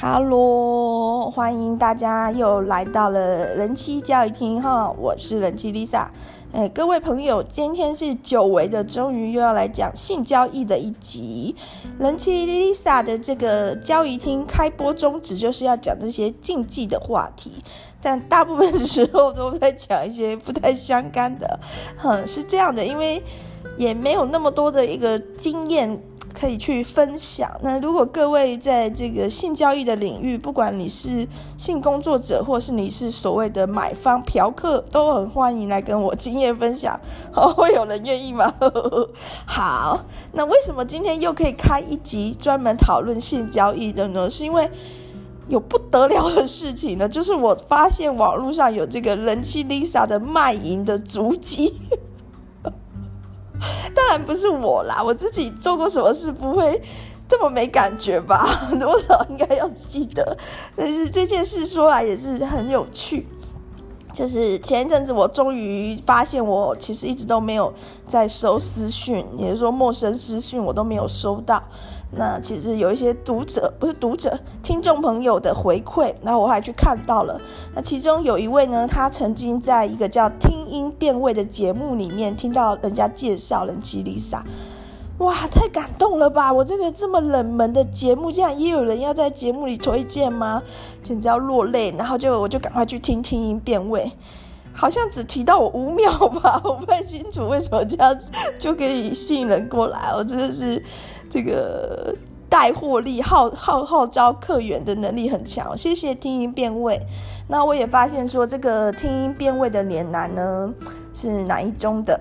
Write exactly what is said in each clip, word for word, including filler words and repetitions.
哈喽，欢迎大家又来到了人妻教育厅哈，我是人妻 Lisa。哎，各位朋友，今天是久违的，终于又要来讲性交易的一集。人妻 Lisa 的这个教育厅开播宗旨就是要讲这些禁忌的话题，但大部分时候都在讲一些不太相干的。嗯，是这样的，因为也没有那么多的一个经验可以去分享。那如果各位在这个性交易的领域，不管你是性工作者或是你是所谓的买方嫖客，都很欢迎来跟我经验分享。好，会有人愿意吗？好，那为什么今天又可以开一集专门讨论性交易的呢？是因为有不得了的事情呢，就是我发现网络上有这个人妻 Lisa 的卖淫的足迹。当然不是我啦，我自己做过什么事不会这么没感觉吧？多少应该要记得。但是这件事说来也是很有趣，就是前一阵子我终于发现我其实一直都没有在收私讯，也就是说陌生私讯我都没有收到。那其实有一些读者不是读者听众朋友的回馈，然后我还去看到了。那其中有一位呢，他曾经在一个叫听音辨位的节目里面听到人家介绍人妻 Lisa， 哇，太感动了吧！我这个这么冷门的节目，竟然也有人要在节目里推荐吗？简直要落泪。然后就我就赶快去听听音辨位，好像只提到我五秒吧，我不太清楚为什么这样就可以吸引人过来。我真的是这个带货力、号号号召客源的能力很强，谢谢听音辨位。那我也发现说，这个听音辨位的脸男呢是哪一中的，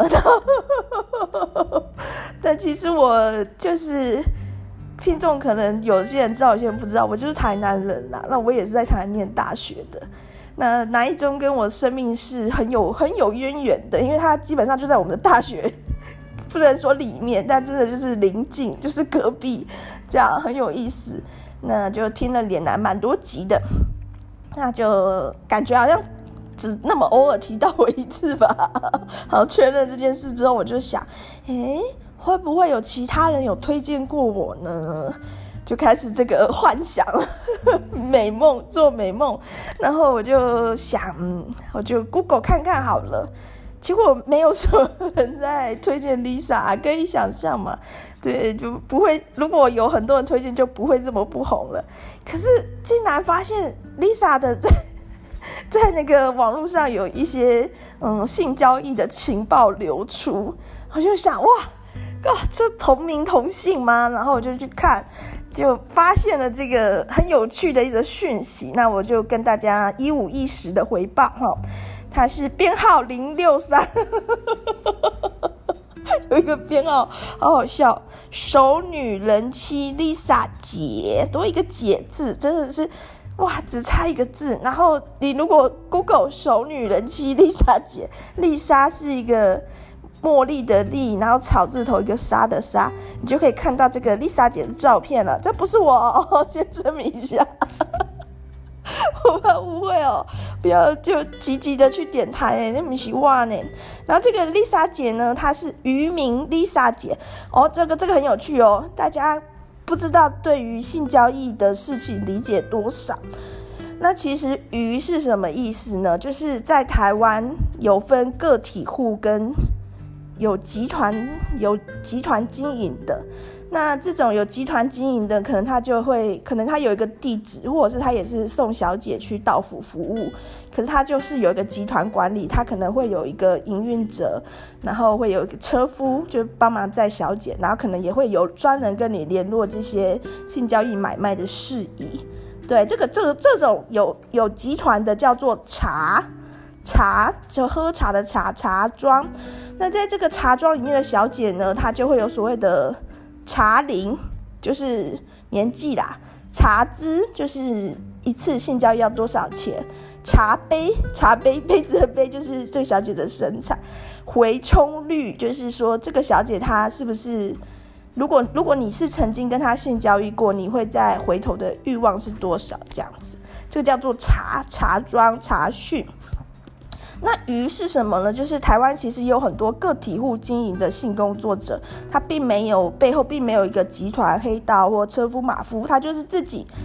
但其实我就是听众，可能有些人知道，有些人不知道，我就是台南人啦。那我也是在台南念大学的。那哪一中跟我生命是很有很有渊源的，因为他基本上就在我们的大学。不能说里面，但真的就是邻近，就是隔壁，这样很有意思。那就听了脸男蛮多集的，那就感觉好像只那么偶尔提到我一次吧。好，确认这件事之后，我就想，诶，会不会有其他人有推荐过我呢？就开始这个幻想美梦，做美梦。然后我就想，嗯，我就 Google 看看好了。结果没有什么人在推荐 Lisa，啊，可以想象嘛？对，就不会。如果有很多人推荐，就不会这么不红了。可是竟然发现 Lisa 的在在那个网络上有一些嗯性交易的情报流出，我就想哇，这同名同姓吗？然后我就去看，就发现了这个很有趣的一则讯息。那我就跟大家一五一十的回报哈。它是编号零六三，有一个编号好好笑，熟女人妻 Lisa 姐，多一个姐字，真的是哇，只差一个字。然后你如果 Google 熟女人妻 Lisa 姐，丽莎是一个茉莉的莉，然后草字头一个沙的沙，你就可以看到这个 Lisa 姐的照片了。这不是我哦，先声明一下。我怕误会哦，不要就急急的去点台诶，那不是我呢。然后这个 Lisa 姐呢，她是渔民 Lisa 姐哦，这个这个很有趣哦，大家不知道对于性交易的事情理解多少。那其实渔是什么意思呢？就是在台湾有分个体户跟有集团有集团经营的。那这种有集团经营的，可能他就会，可能他有一个地址，或者是他也是送小姐去到府服务，可是他就是有一个集团管理，他可能会有一个营运者，然后会有一个车夫，就帮忙载小姐，然后可能也会有专人跟你联络这些性交易买卖的事宜。对，这个这个这种有有集团的叫做茶茶，就喝茶的茶茶庄。那在这个茶庄里面的小姐呢，她就会有所谓的茶龄，就是年纪啦；茶资就是一次性交易要多少钱；茶杯，茶杯杯子的杯就是这个小姐的身材；回冲率就是说这个小姐她是不是，如果如果你是曾经跟她性交易过，你会再回头的欲望是多少？这样子，这个叫做茶茶庄茶训。那鱼是什么呢？就是台湾其实有很多个体户经营的性工作者，他并没有背后并没有一个集团黑道或车夫马夫，他就是自己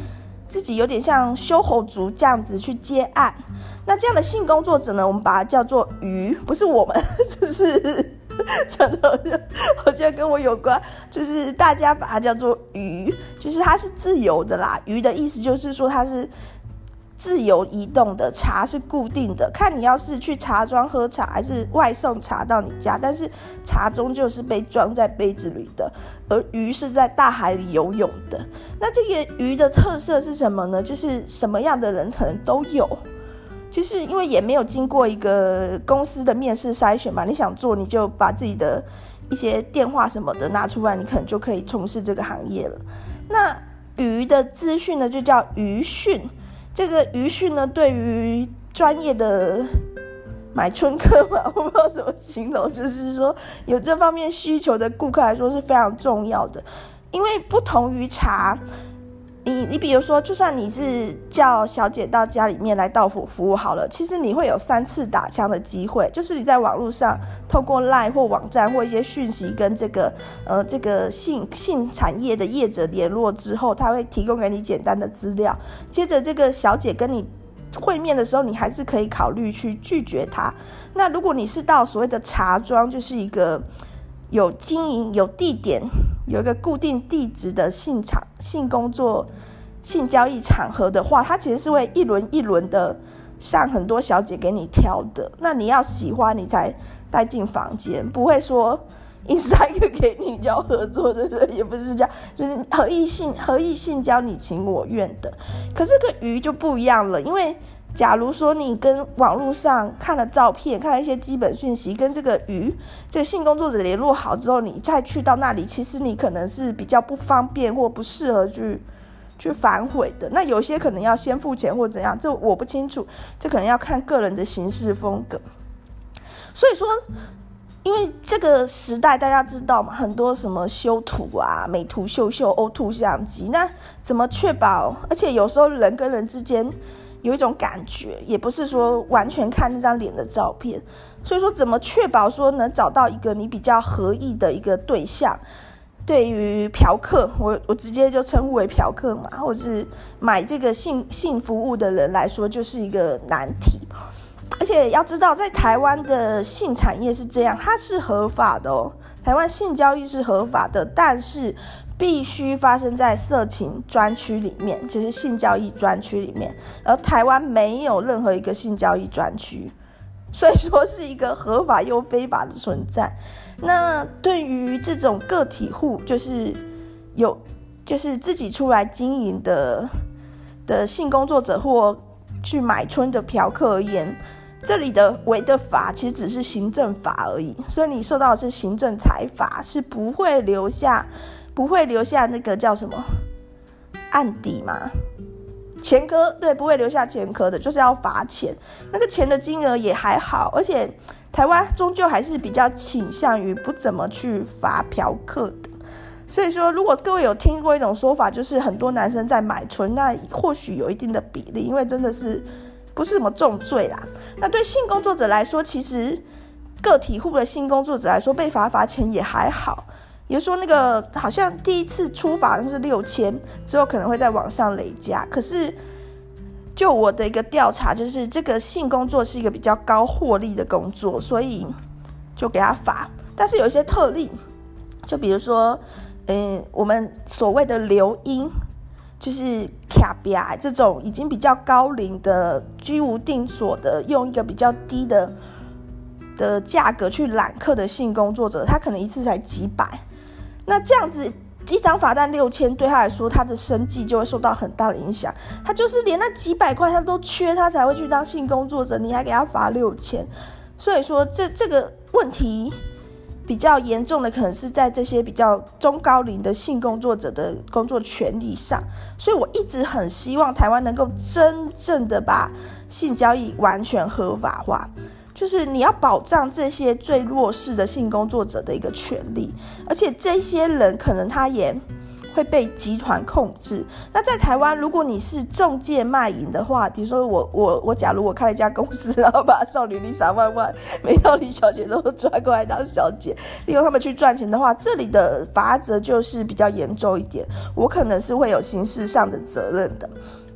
自己有点像修猴族这样子去接案。那这样的性工作者呢，我们把它叫做鱼，不是我们，就是讲的好像跟我有关，就是大家把它叫做鱼，就是它是自由的啦。鱼的意思就是说它是自由移动的，茶是固定的，看你要是去茶庄喝茶还是外送茶到你家，但是茶终究是被装在杯子里的，而鱼是在大海里游泳的。那这个鱼的特色是什么呢？就是什么样的人可能都有，就是因为也没有经过一个公司的面试筛选嘛，你想做你就把自己的一些电话什么的拿出来，你可能就可以从事这个行业了。那鱼的资讯呢就叫鱼讯，这个鱼讯呢对于专业的买春客嘛，我不知道怎么形容，就是说有这方面需求的顾客来说是非常重要的。因为不同于茶，你你比如说就算你是叫小姐到家里面来到府服务好了，其实你会有三次打枪的机会，就是你在网络上透过 LINE 或网站或一些讯息跟这个呃这个性性产业的业者联络之后，他会提供给你简单的资料，接着这个小姐跟你会面的时候，你还是可以考虑去拒绝她。那如果你是到所谓的茶庄，就是一个有经营有地点有一个固定地址的性场性工作性交易场合的话，它其实是会一轮一轮的上很多小姐给你挑的，那你要喜欢你才带进房间，不会说硬塞一个给你叫合作，对不对？也不是这样，就是合意性合意性交你情我愿的。可是这个鱼就不一样了，因为假如说你跟网络上看了照片，看了一些基本讯息，跟这个鱼这个性工作者联络好之后，你再去到那里，其实你可能是比较不方便或不适合去去反悔的。那有些可能要先付钱或怎样，这我不清楚，这可能要看个人的行事风格。所以说因为这个时代大家知道嘛，很多什么修图啊、美图秀秀、O 二 相机，那怎么确保？而且有时候人跟人之间有一种感觉，也不是说完全看那张脸的照片，所以说怎么确保说能找到一个你比较合意的一个对象？对于嫖客，我我直接就称呼为嫖客嘛，或者是买这个性性服务的人来说，就是一个难题。而且要知道，在台湾的性产业是这样，它是合法的哦。台湾性交易是合法的，但是必须发生在色情专区里面，就是性交易专区里面，而台湾没有任何一个性交易专区，所以说是一个合法又非法的存在。那对于这种个体户，就是有就是自己出来经营的的性工作者或去买春的嫖客而言，这里的违的法其实只是行政法而已，所以你受到的是行政裁罚，是不会留下不会留下那个叫什么案底嘛，前科，对，不会留下前科的，就是要罚钱，那个钱的金额也还好，而且台湾终究还是比较倾向于不怎么去罚嫖客的。所以说如果各位有听过一种说法，就是很多男生在买春，那或许有一定的比例，因为真的是不是什么重罪啦。那对性工作者来说，其实个体户的性工作者来说，被罚罚钱也还好，也就是说那个好像第一次出罚是六千，之后可能会在往上累加。可是就我的一个调查，就是这个性工作是一个比较高获利的工作，所以就给他罚。但是有一些特例，就比如说嗯，我们所谓的留音，就是卡比亚这种已经比较高龄的居无定所的，用一个比较低的的价格去揽客的性工作者，他可能一次才几百，那这样子一张罚单六千，对他来说，他的生计就会受到很大的影响。他就是连那几百块他都缺，他才会去当性工作者，你还给他罚六千，所以说这这个问题比较严重的可能是在这些比较中高龄的性工作者的工作权利上，所以我一直很希望台湾能够真正的把性交易完全合法化，就是你要保障这些最弱势的性工作者的一个权利，而且这些人可能他也会被集团控制。那在台湾，如果你是中介卖淫的话，比如说我我我假如我开了一家公司，然后把少女Lisa万万美少女小姐都抓过来当小姐，利用他们去赚钱的话，这里的罚则就是比较严重一点，我可能是会有刑事上的责任的。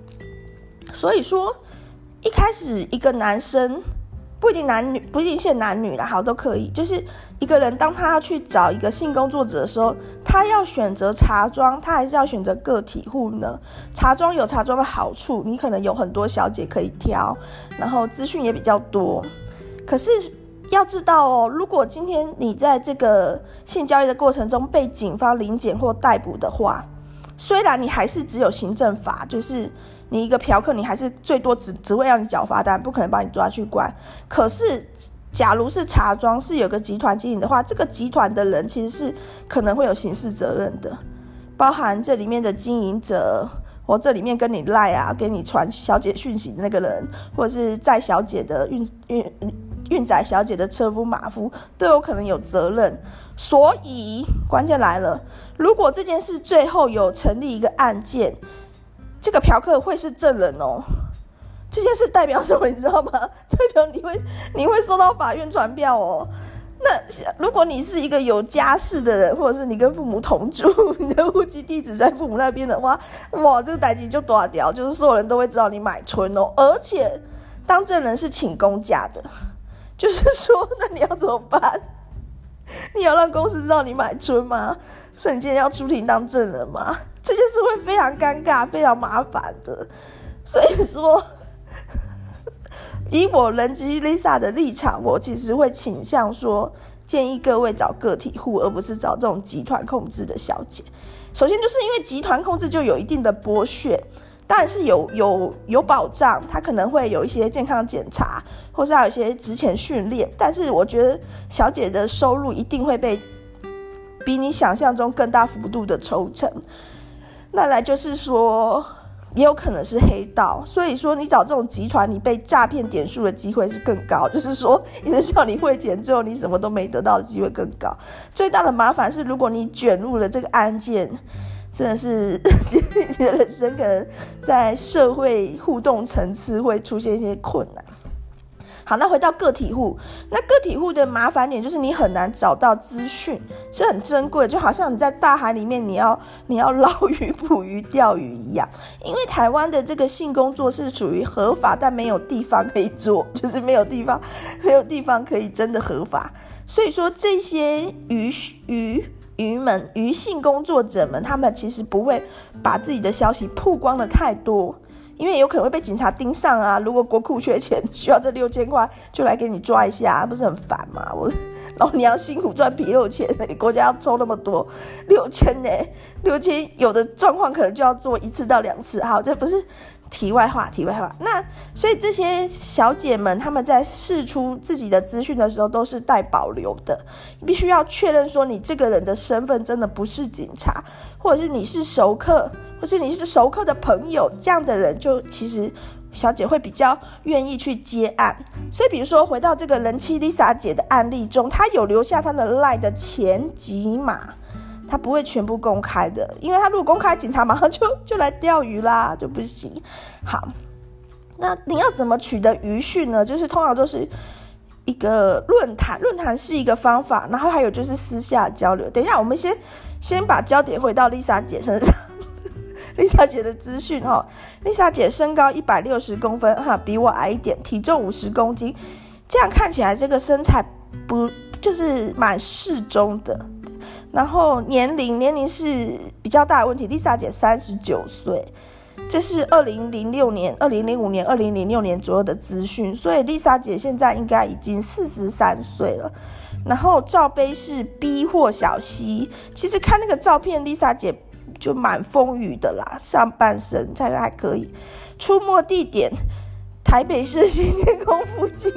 所以说一开始一个男生不一定男女，不一定限男女啦，好都可以。就是一个人当他要去找一个性工作者的时候，他要选择茶庄，他还是要选择个体户呢？茶庄有茶庄的好处，你可能有很多小姐可以挑，然后资讯也比较多。可是要知道哦，如果今天你在这个性交易的过程中被警方临检或逮捕的话，虽然你还是只有行政法，就是你一个嫖客，你还是最多 只, 只会让你缴罚单，不可能把你抓去关。可是假如是茶庄是有个集团经营的话，这个集团的人其实是可能会有刑事责任的，包含这里面的经营者，或这里面跟你赖啊，给你传小姐讯息的那个人，或者是载小姐的运运运载小姐的车夫马夫，都有可能有责任。所以关键来了，如果这件事最后有成立一个案件，这个嫖客会是证人哦。这件事代表什么你知道吗？代表你会你会收到法院传票哦。那如果你是一个有家室的人，或者是你跟父母同住，你的户籍地址在父母那边的话，哇，这个代志就大条，就是所有人都会知道你买春哦。而且当证人是请公假的，就是说那你要怎么办？你要让公司知道你买春吗？所以你今天要出庭当证人吗？这件事会非常尴尬，非常麻烦的。所以说以我人妻 Lisa 的立场，我其实会倾向说建议各位找个体户，而不是找这种集团控制的小姐。首先就是因为集团控制就有一定的剥削，当然是有有有保障，它可能会有一些健康检查，或是还有一些职前训练，但是我觉得小姐的收入一定会被比你想象中更大幅度的抽成。那来就是说也有可能是黑道，所以说你找这种集团，你被诈骗点数的机会是更高，就是说一直叫你汇钱之后你什么都没得到的机会更高。最大的麻烦是如果你卷入了这个案件，真的是你的人生可能在社会互动层次会出现一些困难。好，那回到个体户，那个体户的麻烦点就是你很难找到资讯，是很珍贵的，就好像你在大海里面你要你要捞鱼捕鱼钓鱼一样。因为台湾的这个性工作是属于合法，但没有地方可以做，就是没有地方没有地方可以真的合法。所以说这些鱼鱼鱼们鱼性工作者们，他们其实不会把自己的消息曝光的太多，因为有可能会被警察盯上啊。如果国库缺钱，需要这六千块，就来给你抓一下，不是很烦吗？我，然后你要辛苦赚皮肉钱，国家要抽那么多，六千呢？六千有的状况可能就要做一次到两次。好，这不是题外话，题外话。那所以这些小姐们，她们在释出自己的资讯的时候，都是带保留的。你必须要确认说，你这个人的身份真的不是警察，或者是你是熟客。或是你是熟客的朋友，这样的人就其实小姐会比较愿意去接案。所以比如说回到这个人妻 Lisa 姐的案例中，她有留下她的 LINE 的前几码，她不会全部公开的，因为她如果公开，警察马上就就来钓鱼啦，就不行。好，那你要怎么取得鱼讯呢？就是通常都是一个论坛，论坛是一个方法，然后还有就是私下交流。等一下，我们先先把焦点回到 Lisa 姐身上。Lisa 姐的资讯哈 ，Lisa 姐身高一百六十公分哈，比我矮一点，体重五十公斤，这样看起来这个身材不就是蛮适中的。然后年龄年龄是比较大的问题 ，Lisa 姐三十九岁，这是二零零六年、二零零五年、二零零六年左右的资讯，所以 Lisa 姐现在应该已经四十三岁了。然后罩杯是 B 或小 C， 其实看那个照片 ，Lisa 姐就蛮丰腴的啦，上半身才还可以。出没地点台北市新天宫附近，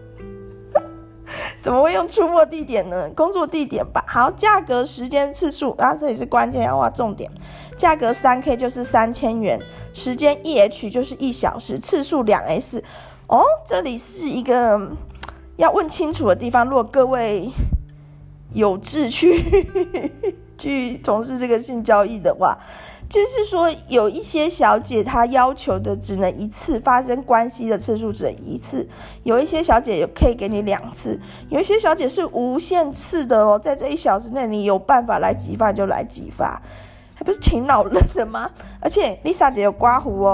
怎么会用出没地点呢？工作地点吧。好，价格、时间、次数啊，这里是关键要画重点。价格 三 K 就是三千元，时间 一 H 就是一小时，次数 两 S。哦，这里是一个要问清楚的地方。如果各位有志去去从事这个性交易的话，就是说有一些小姐她要求的只能一次，发生关系的次数只能一次，有一些小姐可以给你两次，有一些小姐是无限次的哦，在这一小时内你有办法来几发就来几发，还不是挺恼人的吗？而且 Lisa 姐有刮胡哦，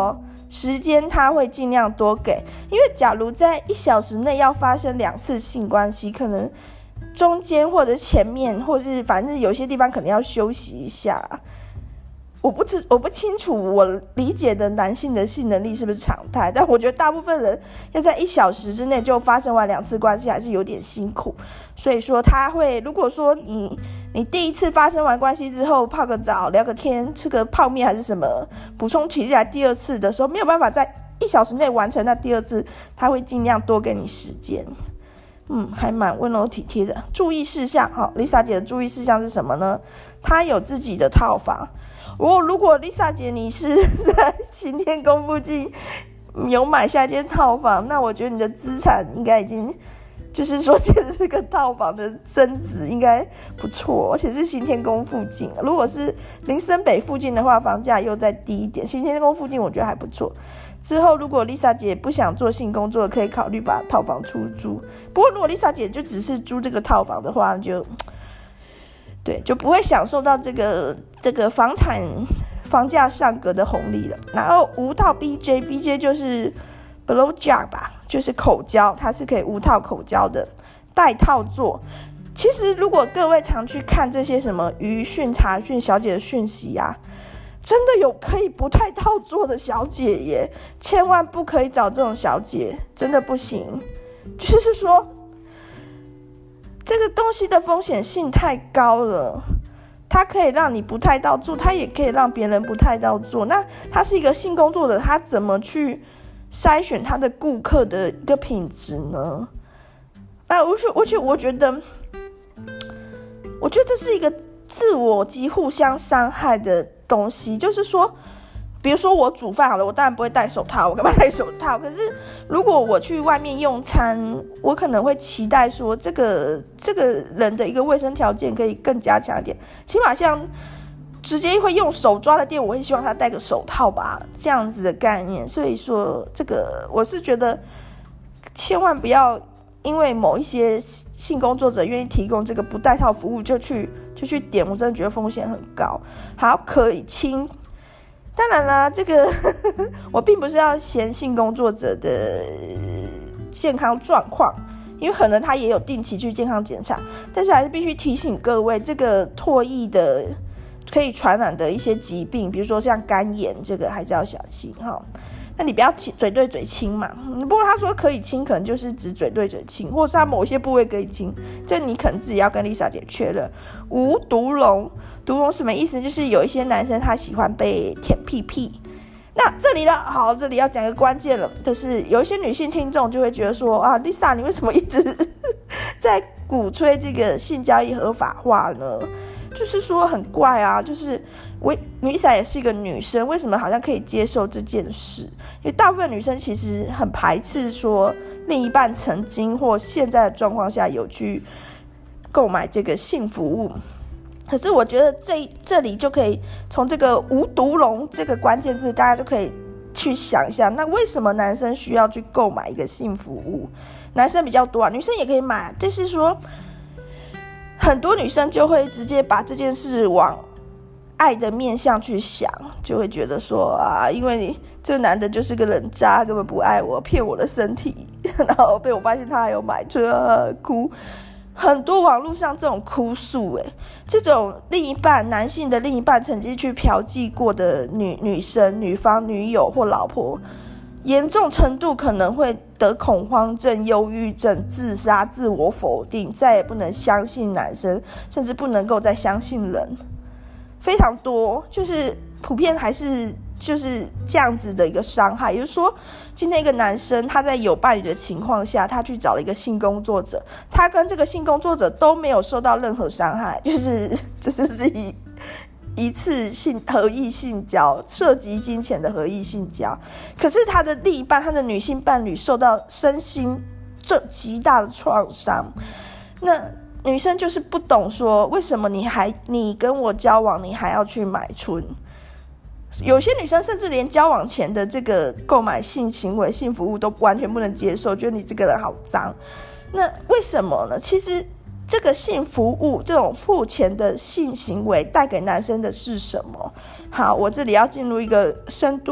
时间他会尽量多给，因为假如在一小时内要发生两次性关系，可能中间或者前面，或是反正有些地方可能要休息一下。我不知我不清楚我理解的男性的性能力是不是常态，但我觉得大部分人要在一小时之内就发生完两次关系还是有点辛苦，所以说他会，如果说你你第一次发生完关系之后泡个澡聊个天吃个泡面还是什么补充体力来，第二次的时候没有办法在一小时内完成，那第二次他会尽量多给你时间。嗯，还蛮温柔体贴的。注意事项，好 ，Lisa 姐的注意事项是什么呢？她有自己的套房。我如果 Lisa 姐你是在擎天宫附近有买下一间套房，那我觉得你的资产应该已经就是说其实是个套房的增值应该不错，而且是行天宫附近。如果是林森北附近的话，房价又再低一点，行天宫附近我觉得还不错。之后如果 Lisa 姐不想做性工作，可以考虑把套房出租。不过如果 Lisa 姐就只是租这个套房的话，就对就不会享受到这个这个房产房价上格的红利了。然后无套 B J B J 就是 blow job 吧，就是口交，它是可以无套口交的，带套做。其实如果各位常去看这些什么鱼讯查讯小姐的讯息啊，真的有可以不带套做的小姐耶，千万不可以找这种小姐，真的不行。就是说这个东西的风险性太高了，它可以让你不带套做，它也可以让别人不带套做。那他是一个性工作者，他怎么去筛选他的顾客的一个品质呢？那而且而且我觉得我觉得这是一个自我及互相伤害的东西。就是说比如说我煮饭好了，我当然不会戴手套，我干嘛戴手套？可是如果我去外面用餐，我可能会期待说这个这个人的一个卫生条件可以更加强一点，起码像直接会用手抓的店，我会希望他戴个手套吧，这样子的概念。所以说这个我是觉得千万不要因为某一些性工作者愿意提供这个不戴套服务就去就去点，我真的觉得风险很高。好，可以亲，当然啦，这个我并不是要嫌性工作者的健康状况，因为可能他也有定期去健康检查，但是还是必须提醒各位，这个唾液的可以传染的一些疾病，比如说像肝炎，这个还是要小心哈。那你不要嘴对嘴亲嘛，不过他说可以亲，可能就是指嘴对嘴亲，或是他某些部位可以亲，这你可能自己要跟 Lisa 姐确认。无毒龙，毒龙什么意思？就是有一些男生他喜欢被舔屁屁。那这里了，好，这里要讲一个关键了，就是有一些女性听众就会觉得说啊 ，Lisa 你为什么一直在鼓吹这个性交易合法化呢？就是说很怪啊，就是我 Lisa 也是一个女生，为什么好像可以接受这件事？因为大部分女生其实很排斥说另一半曾经或现在的状况下有去购买这个性服务。可是我觉得这这里就可以从这个无毒龙这个关键字，大家就可以去想一下，那为什么男生需要去购买一个性服务？男生比较多啊，女生也可以买，但是说很多女生就会直接把这件事往爱的面向去想，就会觉得说啊，因为你这个男的就是个人渣，根本不爱我，骗我的身体，然后被我发现他还有买车，哭。很多网络上这种哭诉，诶，这种另一半男性的另一半曾经去嫖妓过的女女生、女方、女友或老婆，严重程度可能会得恐慌症、忧郁症、自杀、自我否定，再也不能相信男生，甚至不能够再相信人，非常多，就是普遍还是就是这样子的一个伤害。也就是说，今天一个男生他在有伴侣的情况下，他去找了一个性工作者，他跟这个性工作者都没有受到任何伤害，就是这就是一一次性合意性交，涉及金钱的合意性交。可是他的另一半，他的女性伴侣受到身心这极大的创伤，那女生就是不懂说为什么你还你跟我交往你还要去买春。有些女生甚至连交往前的这个购买性行为性服务都完全不能接受，觉得你这个人好脏。那为什么呢？其实这个性服务这种付钱的性行为带给男生的是什么？好，我这里要进入一个深度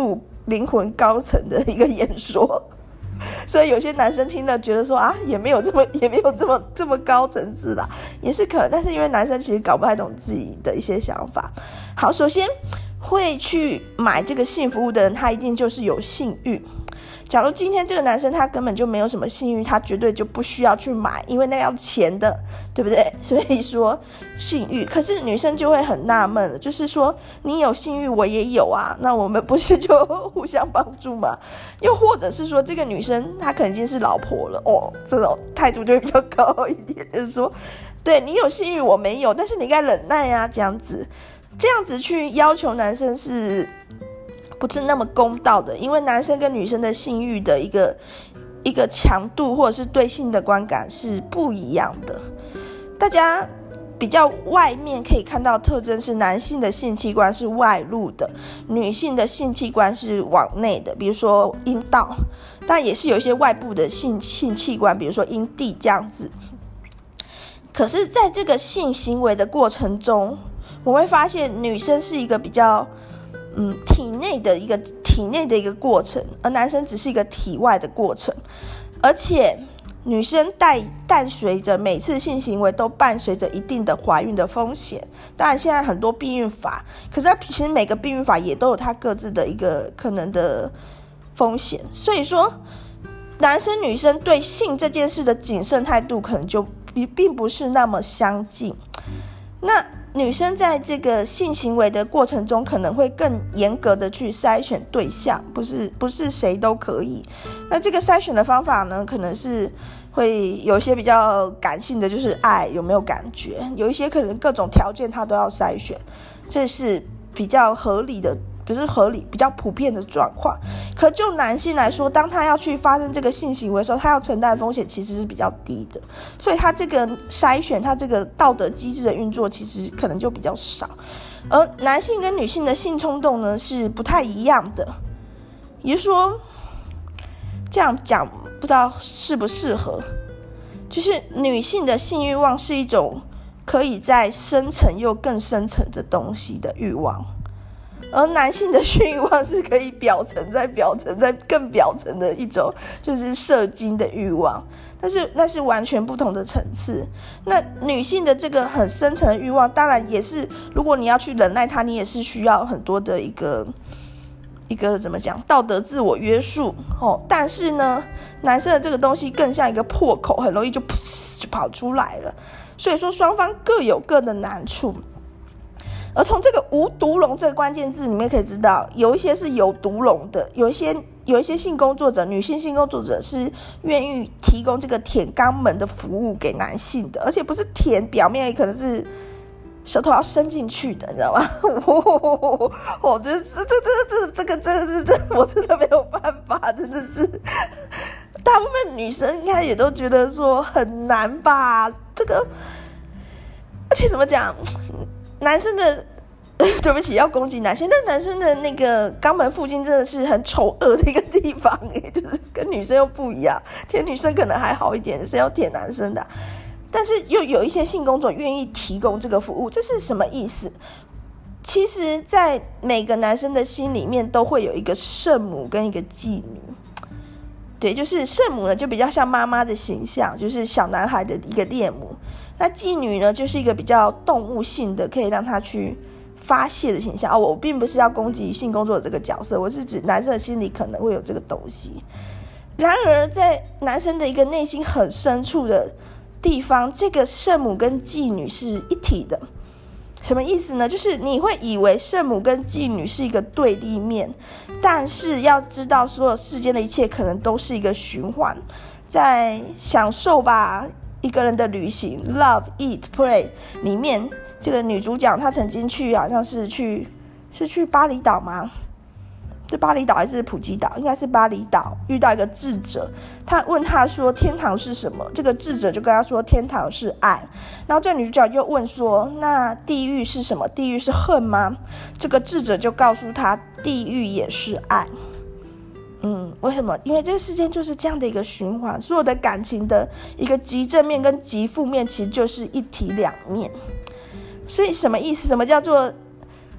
灵魂高层的一个演说，所以有些男生听了觉得说啊，也没有这么也没有这么这么高层次啦，也是可能，但是因为男生其实搞不太懂自己的一些想法。好，首先会去买这个性服务的人，他一定就是有性欲。假如今天这个男生他根本就没有什么性欲，他绝对就不需要去买，因为那要钱的，对不对？所以说性欲，可是女生就会很纳闷了，就是说你有性欲我也有啊，那我们不是就互相帮助吗？又或者是说这个女生她可能已经是老婆了哦，这种态度就会比较高一点，就是说对你有性欲我没有，但是你应该忍耐啊，这样子这样子去要求男生是不是那么公道的，因为男生跟女生的性欲的一个一个强度或者是对性的观感是不一样的。大家比较外面可以看到特征是男性的性器官是外露的，女性的性器官是往内的，比如说阴道，但也是有一些外部的性性器官，比如说阴蒂这样子。可是在这个性行为的过程中，我会发现女生是一个比较嗯，体内的一个体内的一个过程，而男生只是一个体外的过程，而且女生带伴随着每次性行为都伴随着一定的怀孕的风险。当然现在很多避孕法，可是其实每个避孕法也都有它各自的一个可能的风险，所以说男生女生对性这件事的谨慎态度可能就并不是那么相近。那女生在这个性行为的过程中可能会更严格的去筛选对象，不是不是谁都可以。那这个筛选的方法呢，可能是会有一些比较感性的，就是爱有没有感觉，有一些可能各种条件他都要筛选，这是比较合理的，不是合理，比较普遍的状况。可就男性来说，当他要去发生这个性行为的时候，他要承担的风险其实是比较低的，所以他这个筛选，他这个道德机制的运作其实可能就比较少。而男性跟女性的性冲动呢是不太一样的，也就是说这样讲不知道适不适合，就是女性的性欲望是一种可以在深层又更深层的东西的欲望，而男性的性欲望是可以表层再表层再更表层的一种，就是射精的欲望，但是那是完全不同的层次。那女性的这个很深层的欲望，当然也是如果你要去忍耐它，你也是需要很多的一个一个怎么讲道德自我约束、哦、但是呢男生的这个东西更像一个破口，很容易就噗就跑出来了，所以说双方各有各的难处。而从这个无毒龙这个关键字里面可以知道，有一些是有毒龙的，有一些有一些性工作者，女性性工作者是愿意提供这个舔肛门的服务给男性的，而且不是舔表面，也可能是舌头要伸进去的，你知道吗？我觉得这这这这个这个这这我真的没有办法，真的是大部分女生应该也都觉得说很难吧，这个而且怎么讲？男生的对不起要攻击男生，但男生的那个肛门附近真的是很丑恶的一个地方耶，就是跟女生又不一样，舔女生可能还好一点，是要舔男生的，但是又有一些性工作愿意提供这个服务，这是什么意思？其实在每个男生的心里面都会有一个圣母跟一个妓女，对，就是圣母呢就比较像妈妈的形象，就是小男孩的一个恋母，那妓女呢就是一个比较动物性的，可以让他去发泄的形象、哦、我并不是要攻击性工作者这个角色，我是指男生的心里可能会有这个东西。然而在男生的一个内心很深处的地方，这个圣母跟妓女是一体的。什么意思呢？就是你会以为圣母跟妓女是一个对立面，但是要知道所有世间的一切可能都是一个循环。在享受吧一个人的旅行 Love Eat Pray 里面，这个女主角她曾经去好像是去是去巴厘岛吗？是巴厘岛还是普吉岛？应该是巴厘岛，遇到一个智者，他问他说天堂是什么，这个智者就跟他说天堂是爱。然后这个女主角又问说那地狱是什么？地狱是恨吗？这个智者就告诉他地狱也是爱。嗯，为什么？因为这个世界就是这样的一个循环，所有的感情的一个极正面跟极负面其实就是一体两面。所以什么意思？什么叫做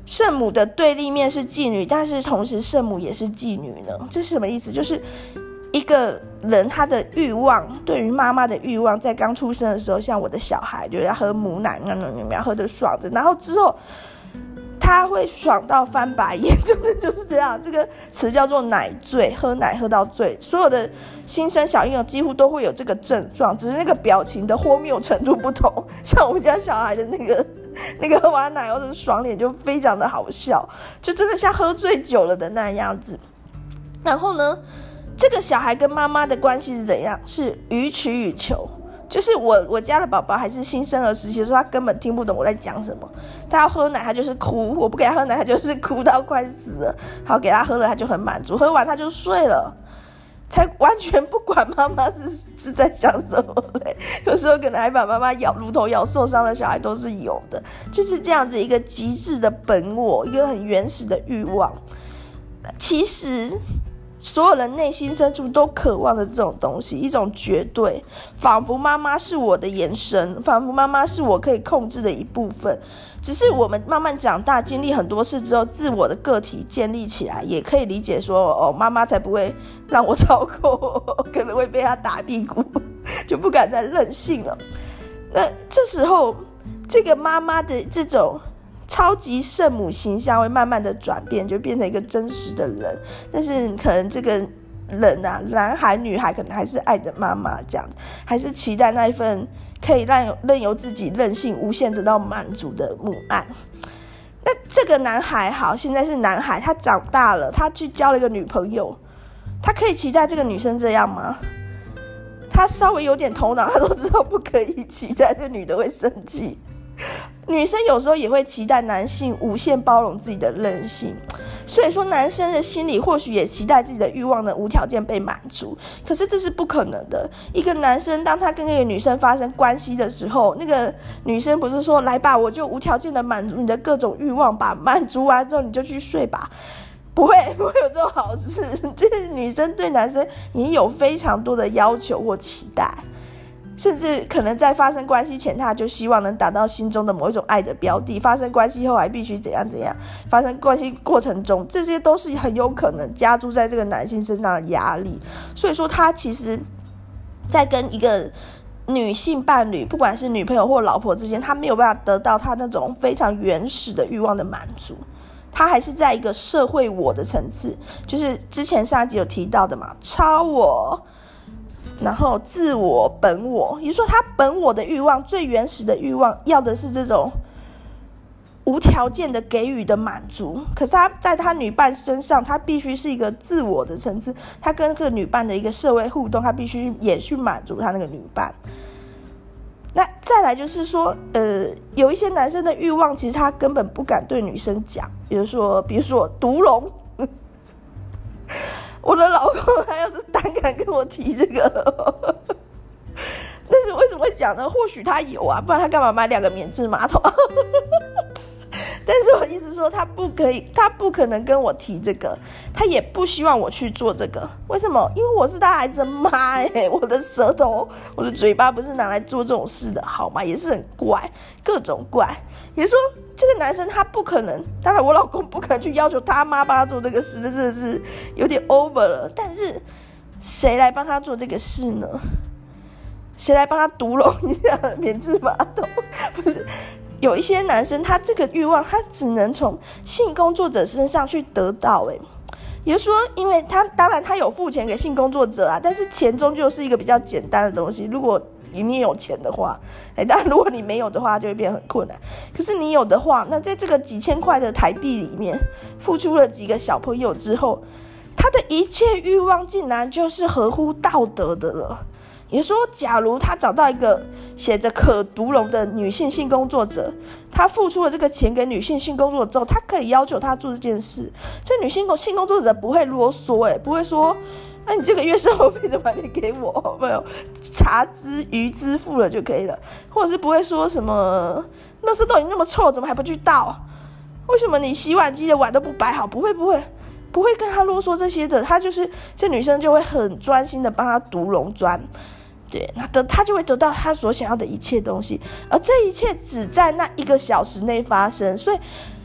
圣母的对立面是妓女，但是同时圣母也是妓女呢？这是什么意思？就是一个人他的欲望，对于妈妈的欲望，在刚出生的时候，像我的小孩就是要喝母奶，要喝得爽着，然后之后他会爽到翻白眼，真的就是这样。这个词叫做奶醉，喝奶喝到醉。所有的新生小婴儿几乎都会有这个症状，只是那个表情的荒谬程度不同。像我们家小孩的那个那个喝完奶后的爽脸就非常的好笑，就真的像喝醉酒了的那样子。然后呢，这个小孩跟妈妈的关系是怎样？是予取予求。就是我我家的宝宝还是新生儿时期的时候，他根本听不懂我在讲什么。他要喝奶，他就是哭；我不给他喝奶，他就是哭到快死了。好，给他喝了，他就很满足，喝完他就睡了，才完全不管妈妈是是在想什么嘞。有时候可能还把妈妈咬，如同咬受伤的小孩都是有的。就是这样子一个极致的本我，一个很原始的欲望。其实所有人内心深处都渴望的这种东西，一种绝对，仿佛妈妈是我的延伸，仿佛妈妈是我可以控制的一部分。只是我们慢慢长大，经历很多事之后，自我的个体建立起来，也可以理解说，哦，妈妈才不会让我操控，可能会被她打屁股，就不敢再任性了。那这时候，这个妈妈的这种超级圣母形象会慢慢的转变，就变成一个真实的人。但是可能这个人啊，男孩女孩可能还是爱着妈妈这样子，还是期待那一份可以让任由自己任性无限得到满足的母爱。那这个男孩好，现在是男孩，他长大了，他去交了一个女朋友，他可以期待这个女生这样吗？他稍微有点头脑，他都知道不可以期待这个女的会生气。女生有时候也会期待男性无限包容自己的任性，所以说男生的心里或许也期待自己的欲望能无条件被满足，可是这是不可能的。一个男生当他跟那个女生发生关系的时候，那个女生不是说来吧，我就无条件的满足你的各种欲望吧，满足完之后你就去睡吧，不会不会有这种好事。就是女生对男生也有非常多的要求或期待，甚至可能在发生关系前，他就希望能达到心中的某一种爱的标的，发生关系后还必须怎样怎样，发生关系过程中，这些都是很有可能加诸在这个男性身上的压力。所以说他其实在跟一个女性伴侣，不管是女朋友或老婆之间，他没有办法得到他那种非常原始的欲望的满足，他还是在一个社会我的层次，就是之前上一集有提到的嘛，超我，然后自我、本我，也就是说他本我的欲望，最原始的欲望要的是这种无条件的给予的满足。可是他在他女伴身上，他必须是一个自我的层次，他跟这个女伴的一个社会互动，他必须也去满足他那个女伴。那再来就是说，呃，有一些男生的欲望，其实他根本不敢对女生讲，比如说，比如说毒龙。我的老公他要是胆敢跟我提这个，但是为什么会讲呢？或许他有啊，不然他干嘛买两个免治马桶？但是我意思说，他不可以，他不可能跟我提这个，他也不希望我去做这个。为什么？因为我是他孩子的妈欸，我的舌头、我的嘴巴不是拿来做这种事的，好吗？也是很怪，各种怪。也就是说，这个男生他不可能，当然我老公不可能去要求他妈帮他做这个事，这真的是有点 over 了。但是谁来帮他做这个事呢？谁来帮他独龙一下免治马桶？不是。有一些男生他这个欲望他只能从性工作者身上去得到，诶，也就是说，因为他当然他有付钱给性工作者啊，但是钱终究是一个比较简单的东西。如果你有钱的话，哎，当然如果你没有的话就会变得很困难。可是你有的话，那在这个几千块的台币里面付出了几个小朋友之后，他的一切欲望竟然就是合乎道德的了。也就是说，假如他找到一个写着可独龙的女性性工作者，他付出了这个钱给女性性工作者之后，他可以要求他做这件事。这女性性工作者不会啰嗦，哎，不会说，那、啊、你这个月生活费怎么还没给我？没有，茶资余支付了就可以了，或者是不会说什么，垃圾都已经那么臭，怎么还不去倒？为什么你洗碗机的碗都不摆好？不会，不会。不会跟他啰嗦这些的，他就是这女生就会很专心的帮他独龙砖，对，那得他就会得到他所想要的一切东西，而这一切只在那一个小时内发生。所以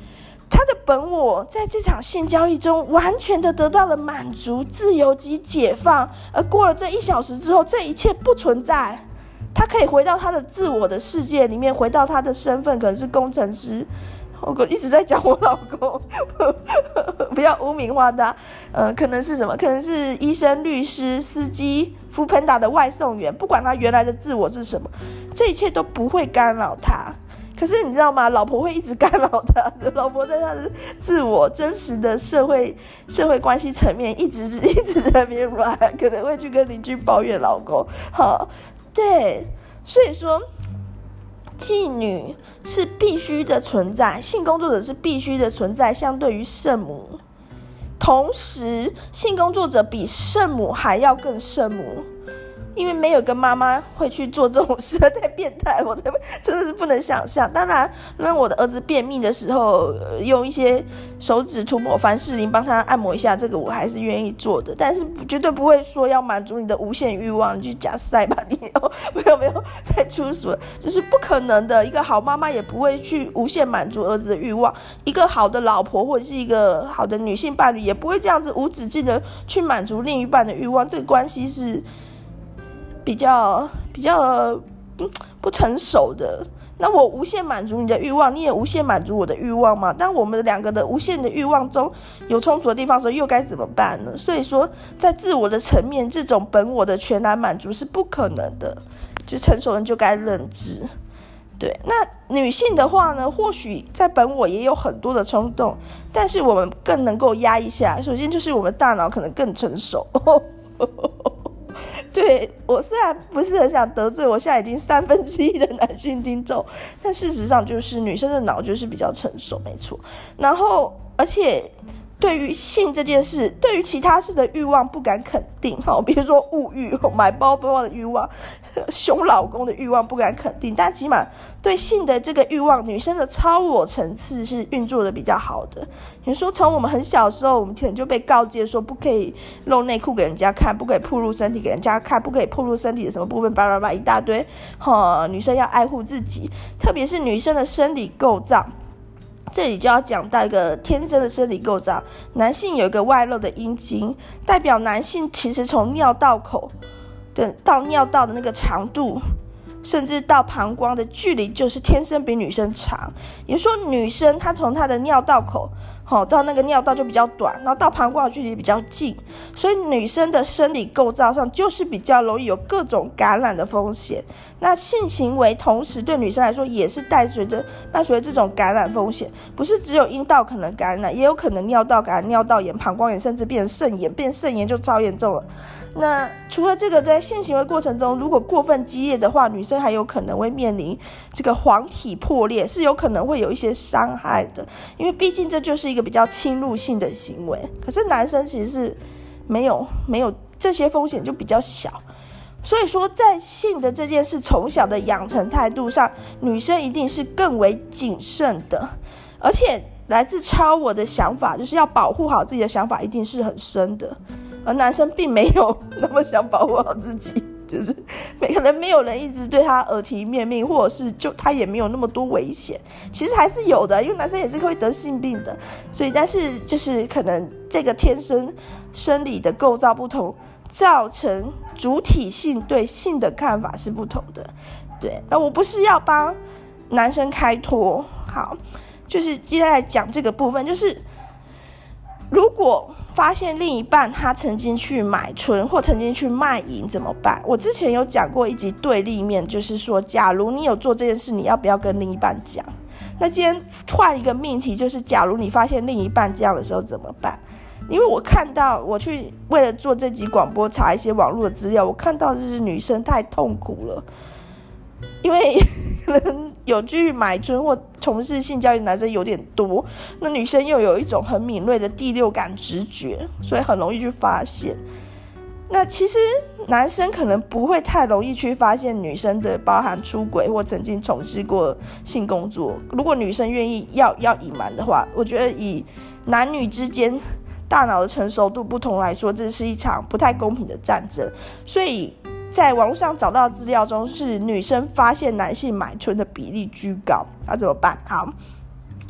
他的本我在这场性交易中完全的得到了满足、自由及解放，而过了这一小时之后，这一切不存在，他可以回到他的自我的世界里面，回到他的身份，可能是工程师。我一直在讲我老公，不要污名化他。呃，可能是什么？可能是医生、律师、司机、Foodpanda的外送员，不管他原来的自我是什么，这一切都不会干扰他。可是你知道吗？老婆会一直干扰他的，老婆在他的自我真实的社会社会关系层面，一直一直在那边软，可能会去跟邻居抱怨老公。好，对，所以说。妓女是必须的存在，性工作者是必须的存在，相对于圣母。同时，性工作者比圣母还要更圣母，因为没有个妈妈会去做这种事，太变态，我真的是不能想象。当然，让我的儿子便秘的时候，呃、用一些手指涂抹凡士林帮他按摩一下，这个我还是愿意做的，但是绝对不会说要满足你的无限欲望，你去假塞吧，你没有没有太粗俗了，就是不可能的。一个好妈妈也不会去无限满足儿子的欲望，一个好的老婆或者是一个好的女性伴侣也不会这样子无止境的去满足另一半的欲望，这个关系是比较比较不不成熟的。那我无限满足你的欲望，你也无限满足我的欲望嘛？当我们两个的无限的欲望中有冲突的地方的时候，又该怎么办呢？所以说，在自我的层面，这种本我的全然满足是不可能的，就成熟人就该认知。对，那女性的话呢，或许在本我也有很多的冲动，但是我们更能够压一下。首先就是我们大脑可能更成熟。对，我虽然不是很想得罪我现在已经三分之一的男性听众，但事实上就是女生的脑就是比较成熟，没错。然后，而且对于性这件事，对于其他事的欲望不敢肯定，比如说物欲、买包包的欲望、凶老公的欲望不敢肯定，但起码对性的这个欲望，女生的超我层次是运作的比较好的。你说从我们很小的时候，我们可能就被告诫说不可以露内裤给人家看，不可以暴露身体给人家看，不可以暴露身体的什么部分，巴拉巴拉一大堆。女生要爱护自己，特别是女生的生理构造。这里就要讲到一个天生的生理构造，男性有一个外露的阴茎，代表男性其实从尿道口的到尿道的那个长度，甚至到膀胱的距离，就是天生比女生长。也就是说，女生她从她的尿道口好到那个尿道就比较短，然后到膀胱的距离比较近，所以女生的生理构造上就是比较容易有各种感染的风险。那性行为同时对女生来说也是带随着伴随着这种感染风险，不是只有阴道可能感染，也有可能尿道感染、尿道炎、膀胱炎，甚至变成肾炎，变肾炎就超严重了。那除了这个，在性行为过程中如果过分激烈的话，女生还有可能会面临这个黄体破裂，是有可能会有一些伤害的，因为毕竟这就是一个比较侵入性的行为。可是男生其实是没有没有这些风险，就比较小。所以说在性的这件事从小的养成态度上，女生一定是更为谨慎的，而且来自超我的想法，就是要保护好自己的想法一定是很深的，而男生并没有那么想保护好自己，就是可能没有人一直对他耳提面命，或者是就他也没有那么多危险，其实还是有的，因为男生也是会得性病的。所以但是就是可能这个天生生理的构造不同，造成主体性对性的看法是不同的。对，那我不是要帮男生开脱，好，就是接下来讲这个部分，就是如果发现另一半他曾经去买春或曾经去卖淫怎么办？我之前有讲过一集对立面，就是说假如你有做这件事，你要不要跟另一半讲？那今天换一个命题，就是假如你发现另一半这样的时候怎么办？因为我看到我去为了做这集广播查一些网络的资料，我看到就是女生太痛苦了，因为可能有去买春或从事性交易的男生有点多，那女生又有一种很敏锐的第六感直觉，所以很容易去发现。那其实男生可能不会太容易去发现女生的包含出轨或曾经从事过性工作，如果女生愿意要要隐瞒的话，我觉得以男女之间大脑的成熟度不同来说，这是一场不太公平的战争。所以在网络上找到的资料中，是女生发现男性买春的比例居高，那怎么办？好，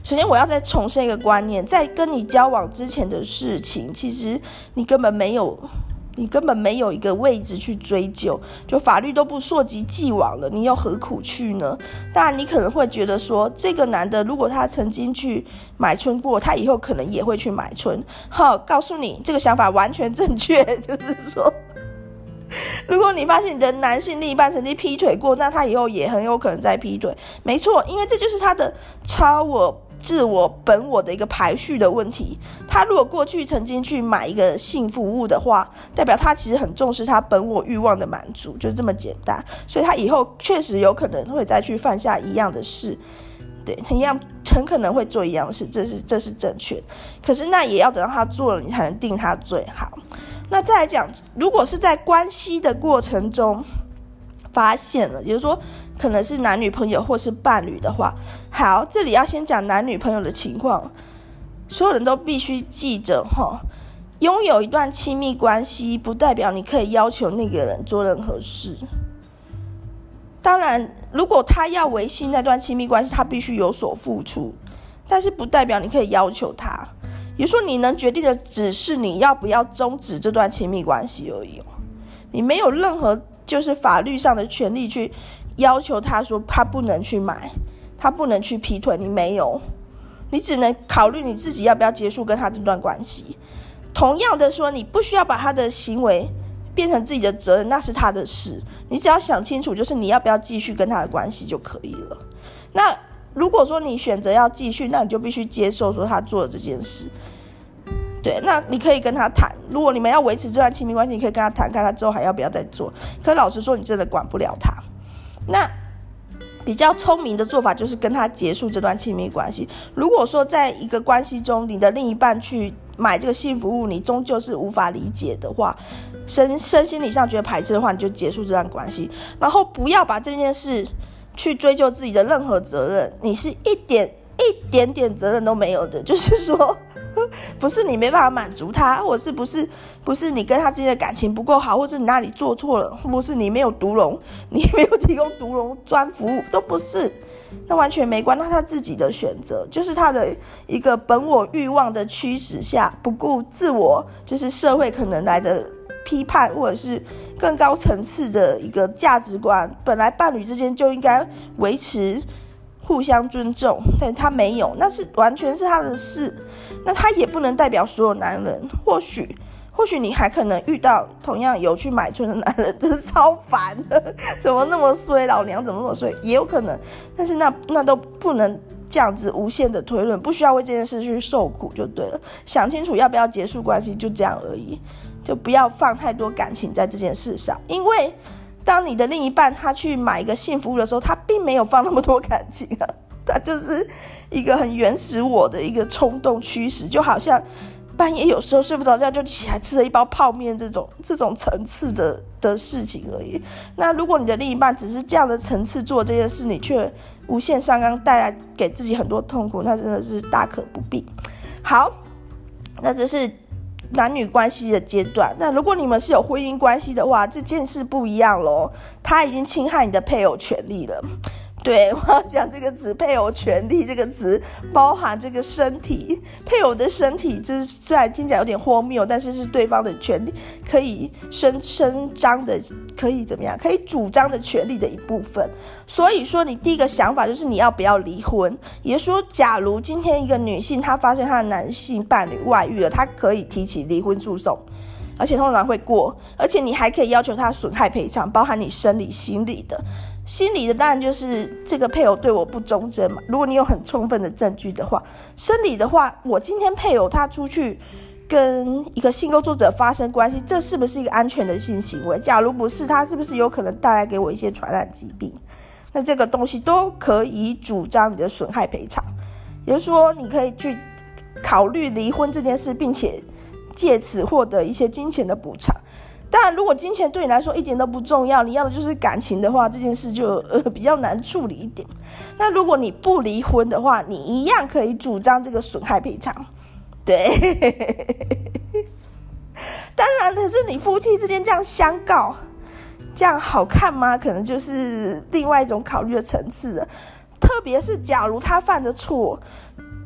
首先我要再重申一个观念，在跟你交往之前的事情，其实你根本没有你根本没有一个位置去追究，就法律都不溯及既往了，你又何苦去呢？当然你可能会觉得说，这个男的如果他曾经去买春过，他以后可能也会去买春。好，告诉你这个想法完全正确，就是说如果你发现你的男性另一半曾经劈腿过，那他以后也很有可能再劈腿。没错，因为这就是他的超我、自我、本我的一个排序的问题。他如果过去曾经去买一个性服务的话，代表他其实很重视他本我欲望的满足，就是这么简单。所以他以后确实有可能会再去犯下一样的事，对，一样很可能会做一样的事，这是这是正确的。可是那也要等到他做了，你才能定他罪。好，那再来讲，如果是在关系的过程中发现了，也就是说可能是男女朋友或是伴侣的话，好，这里要先讲男女朋友的情况，所有人都必须记着齁，拥有一段亲密关系不代表你可以要求那个人做任何事。当然如果他要维系那段亲密关系，他必须有所付出，但是不代表你可以要求他。也就是说你能决定的只是你要不要终止这段亲密关系而已，你没有任何就是法律上的权利去要求他说他不能去买，他不能去劈腿，你没有，你只能考虑你自己要不要结束跟他这段关系。同样的说，你不需要把他的行为变成自己的责任，那是他的事，你只要想清楚就是你要不要继续跟他的关系就可以了。那如果说你选择要继续，那你就必须接受说他做了这件事，对，那你可以跟他谈，如果你们要维持这段亲密关系，你可以跟他谈，看他之后还要不要再做。可老实说你真的管不了他，那比较聪明的做法就是跟他结束这段亲密关系。如果说在一个关系中你的另一半去买这个性服务，你终究是无法理解的话，身身心理上觉得排斥的话，你就结束这段关系，然后不要把这件事去追究自己的任何责任，你是一点一点点责任都没有的。就是说不是你没办法满足他，或者是不是不是你跟他之间的感情不够好，或者你哪里做错了，或是你没有独龙，你没有提供独龙专服务，都不是，那完全没关，那他自己的选择，就是他的一个本我欲望的驱使下，不顾自我就是社会可能来的批判，或者是更高层次的一个价值观，本来伴侣之间就应该维持互相尊重，但他没有，那是完全是他的事。那他也不能代表所有男人，或许或许你还可能遇到同样有去买春的男人，真是超烦的，怎么那么衰，老娘怎么那么衰，也有可能，但是那那都不能这样子无限的推论，不需要为这件事去受苦就对了，想清楚要不要结束关系，就这样而已，就不要放太多感情在这件事上。因为当你的另一半他去买一个性服务的时候，他并没有放那么多感情啊，他就是一个很原始我的一个冲动驱使，就好像半夜有时候睡不着觉就起来吃了一包泡面，这种这种层次的的事情而已。那如果你的另一半只是这样的层次做这件事，你却无限上纲，带来给自己很多痛苦，那真的是大可不必。好，那这是男女关系的阶段。那如果你们是有婚姻关系的话，这件事不一样咯，他已经侵害你的配偶权利了。对，我要讲这个词，配偶权利这个词包含这个身体，配偶的身体，这虽然听起来有点荒谬，但是是对方的权利，可以伸伸张的，可以怎么样，可以主张的权利的一部分。所以说你第一个想法就是你要不要离婚，也就是说假如今天一个女性她发现她的男性伴侣外遇了，她可以提起离婚诉讼，而且通常会过，而且你还可以要求她损害赔偿，包含你生理心理的。心理的当然就是这个配偶对我不忠贞嘛，如果你有很充分的证据的话。生理的话，我今天配偶他出去跟一个性工作者发生关系，这是不是一个安全的性行为？假如不是，他是不是有可能带来给我一些传染疾病？那这个东西都可以主张你的损害赔偿，也就是说你可以去考虑离婚这件事，并且借此获得一些金钱的补偿。当然如果金钱对你来说一点都不重要，你要的就是感情的话，这件事就、呃、比较难处理一点。那如果你不离婚的话，你一样可以主张这个损害赔偿。对当然可是你夫妻之间这样相告，这样好看吗？可能就是另外一种考虑的层次了。特别是假如他犯的错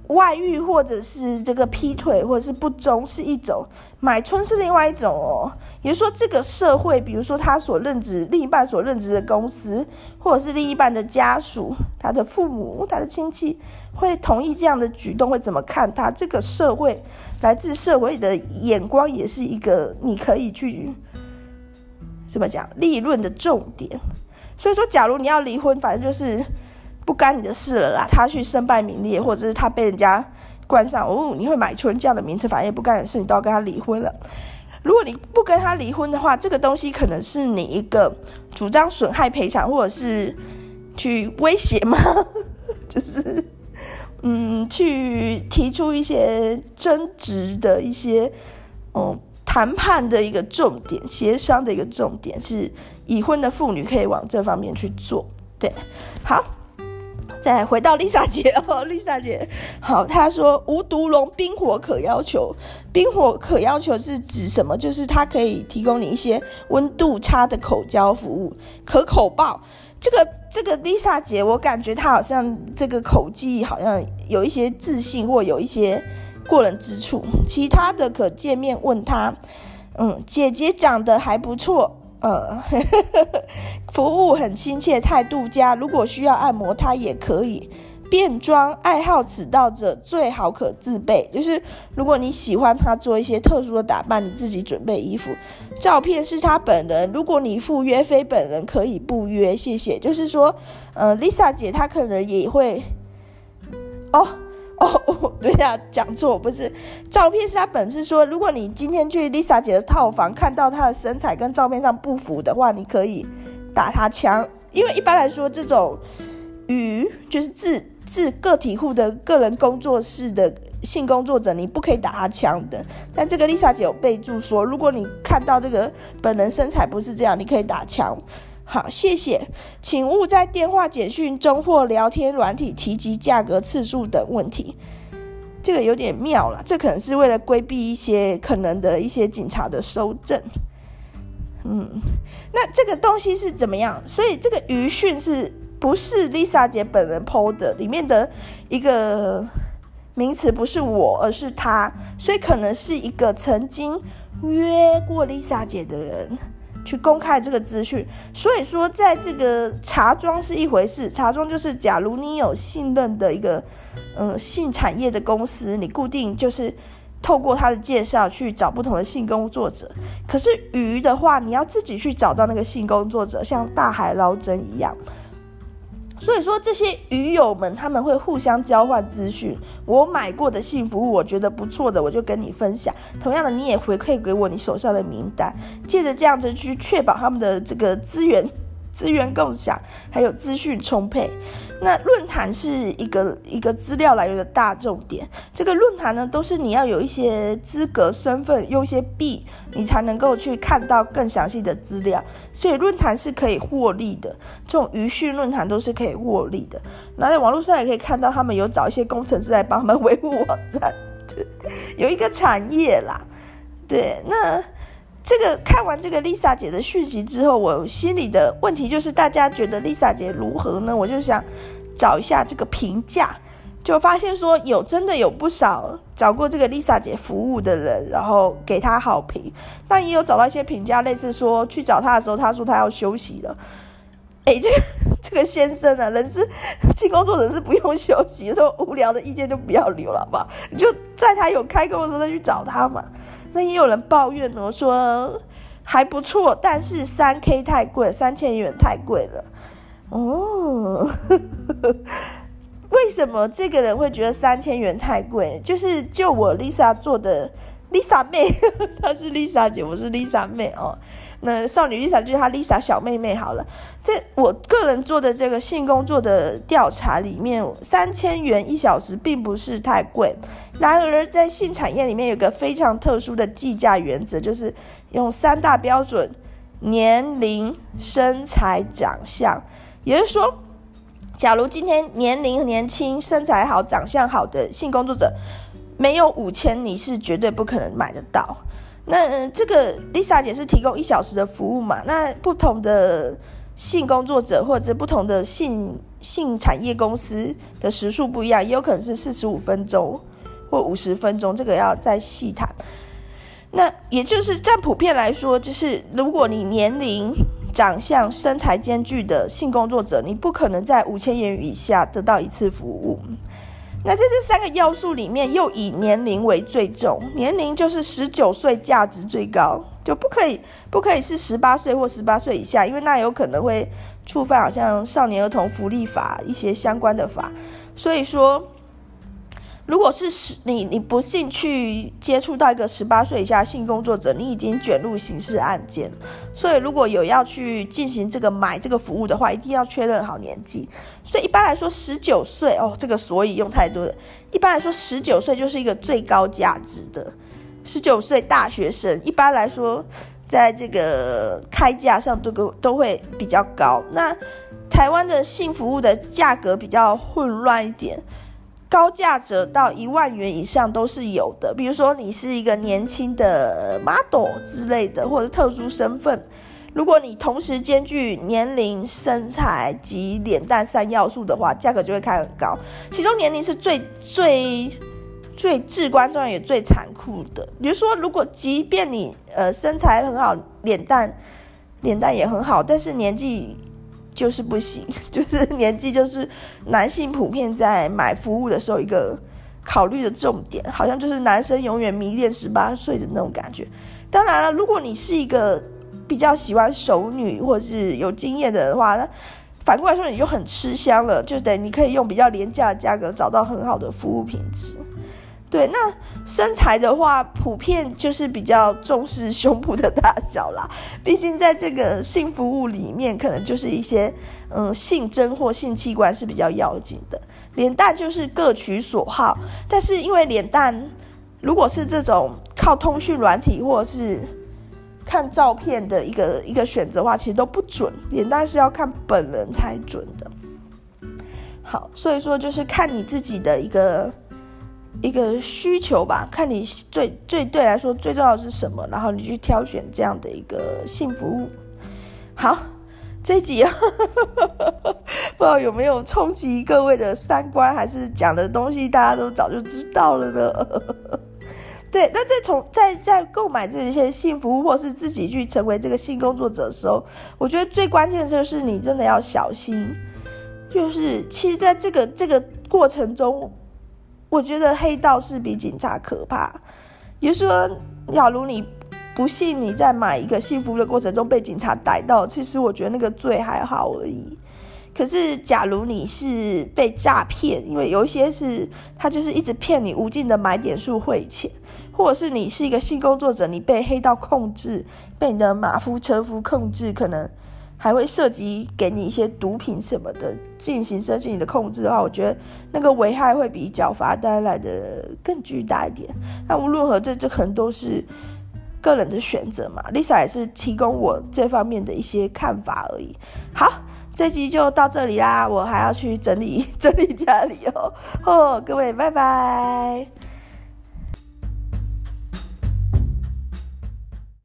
外遇或者是这个劈腿或者是不忠是一种，买春是另外一种哦。也就是说，这个社会，比如说他所任职另一半所任职的公司，或者是另一半的家属、他的父母、他的亲戚，会同意这样的举动，会怎么看他？这个社会来自社会的眼光，也是一个你可以去怎么讲立论的重点。所以说，假如你要离婚，反正就是不干你的事了啦，他去身败名裂，或者是他被人家冠上哦你会买春这样的名词，反正也不干你的事，你都要跟他离婚了。如果你不跟他离婚的话，这个东西可能是你一个主张损害赔偿，或者是去威胁吗？就是嗯，去提出一些争执的一些嗯谈判的一个重点，协商的一个重点，是已婚的妇女可以往这方面去做。对，好。再回到 Lisa 姐哦 ，Lisa 姐好，她说无毒龙冰火可要求，冰火可要求是指什么？就是它可以提供你一些温度差的口交服务，可口爆。这个这个 Lisa 姐，我感觉她好像这个口技好像有一些自信或有一些过人之处，其他的可见面问她，嗯，姐姐长得还不错。呃，服务很亲切，态度佳。如果需要按摩，他也可以变装。爱好此道者最好可自备，就是如果你喜欢他做一些特殊的打扮，你自己准备衣服。照片是他本人，如果你赴约非本人，可以不约，谢谢。就是说，呃 ，Lisa 姐她可能也会，哦。哦，对呀，讲错，不是照片是他本是说，如果你今天去 Lisa 姐的套房，看到她的身材跟照片上不符的话，你可以打她枪，因为一般来说，这种与就是自自个体户的个人工作室的性工作者，你不可以打他枪的。但这个 Lisa 姐有备注说，如果你看到这个本人身材不是这样，你可以打枪。好，谢谢。请勿在电话简讯中或聊天软体提及价格、次数等问题。这个有点妙啦，这可能是为了规避一些可能的一些警察的搜证。嗯，那这个东西是怎么样？所以这个语讯是不是 Lisa 姐本人 po 的？里面的一个名词不是我，而是他，所以可能是一个曾经约过 Lisa 姐的人去公开这个资讯。所以说在这个茶庄是一回事，茶庄就是假如你有信任的一个呃性产业的公司，你固定就是透过他的介绍去找不同的性工作者。可是鱼的话，你要自己去找到那个性工作者，像大海捞针一样。所以说这些鱼友们他们会互相交换资讯，我买过的性服务我觉得不错的，我就跟你分享，同样的你也回馈给我你手上的名单，借着这样子去确保他们的这个资源资源共享，还有资讯充沛。那论坛是一个一个资料来源的大重点，这个论坛呢都是你要有一些资格身份，用一些币你才能够去看到更详细的资料，所以论坛是可以获利的，这种语讯论坛都是可以获利的。那在网络上也可以看到他们有找一些工程师来帮他们维护网站，有一个产业啦。对，那这个看完这个 Lisa 姐的讯息之后，我心里的问题就是大家觉得 Lisa 姐如何呢？我就想找一下这个评价，就发现说有真的有不少找过这个 Lisa 姐服务的人，然后给她好评，但也有找到一些评价，类似说去找她的时候，她说她要休息了。哎，这个这个先生啊，人是性工作者是不用休息，这种无聊的意见就不要留了，好不好？你就在他有开工的时候再去找他嘛。那也有人抱怨哦，说还不错，但是 三 K 太贵，三千元太贵了。哦，为什么这个人会觉得三千元太贵？就是就我 Lisa 做的 Lisa 妹，她是 Lisa 姐，我是 Lisa 妹哦。那少女 Lisa 就是她 Lisa 小妹妹好了。这我个人做的这个性工作的调查里面，三千元一小时并不是太贵。然而在性产业里面有个非常特殊的计价原则，就是用三大标准：年龄、身材、长相。也就是说，假如今天年龄年轻、身材好、长相好的性工作者没有五千，你是绝对不可能买得到。那、呃、这个 Lisa 姐是提供一小时的服务嘛？那不同的性工作者或者不同的性性产业公司的时数不一样，也有可能是四十五分钟或五十分钟，这个要再细谈。那也就是但普遍来说，就是如果你年龄、长相、身材兼具的性工作者，你不可能在五千元以下得到一次服务。那在这三个要素里面，又以年龄为最重，年龄就是十九岁价值最高，就不可以不可以是十八岁或十八岁以下，因为那有可能会触犯好像少年儿童福利法一些相关的法。所以说如果是你你不幸去接触到一个十八岁以下的性工作者，你已经卷入刑事案件，所以如果有要去进行这个买这个服务的话，一定要确认好年纪。所以一般来说十九岁哦，这个所以用太多了。一般来说十九岁就是一个最高价值的，十九岁大学生一般来说在这个开价上都都会比较高。那台湾的性服务的价格比较混乱一点，高价者到一万元以上都是有的，比如说你是一个年轻的 model 之类的，或者特殊身份，如果你同时兼具年龄、身材及脸蛋三要素的话，价格就会开很高。其中年龄是最最最至关重要也最残酷的。比如说，如果即便你呃身材很好，脸蛋脸蛋也很好，但是年纪就是不行，就是年纪就是男性普遍在买服务的时候一个考虑的重点，好像就是男生永远迷恋十八岁的那种感觉。当然了，如果你是一个比较喜欢熟女或是有经验的人的话，那反过来说你就很吃香了，就等于你可以用比较廉价的价格找到很好的服务品质。对，那身材的话普遍就是比较重视胸部的大小啦，毕竟在这个性服务里面可能就是一些嗯性征或性器官是比较要紧的，脸蛋就是各取所好。但是因为脸蛋如果是这种靠通讯软体或者是看照片的一个一个选择的话，其实都不准，脸蛋是要看本人才准的。好，所以说就是看你自己的一个一个需求吧，看你最最对来说最重要的是什么，然后你去挑选这样的一个性服务。好，这一集啊不知道有没有冲击各位的三观，还是讲的东西大家都早就知道了呢对，那在从在在购买这些性服务或是自己去成为这个性工作者的时候，我觉得最关键的就是你真的要小心，就是其实在这个这个过程中，我觉得黑道是比警察可怕。也就是说，假如你不幸你在买一个性服务的过程中被警察逮到，其实我觉得那个罪还好而已。可是假如你是被诈骗，因为有一些是他就是一直骗你无尽的买点数汇钱，或者是你是一个性工作者，你被黑道控制，被你的马夫车夫控制，可能还会涉及给你一些毒品什么的进行身心你的控制的话，我觉得那个危害会比缴罚单来的更巨大一点。那无论如何，这就可能都是个人的选择嘛。 Lisa 也是提供我这方面的一些看法而已。好，这集就到这里啦，我还要去整理整理家里哦。哦，各位拜拜。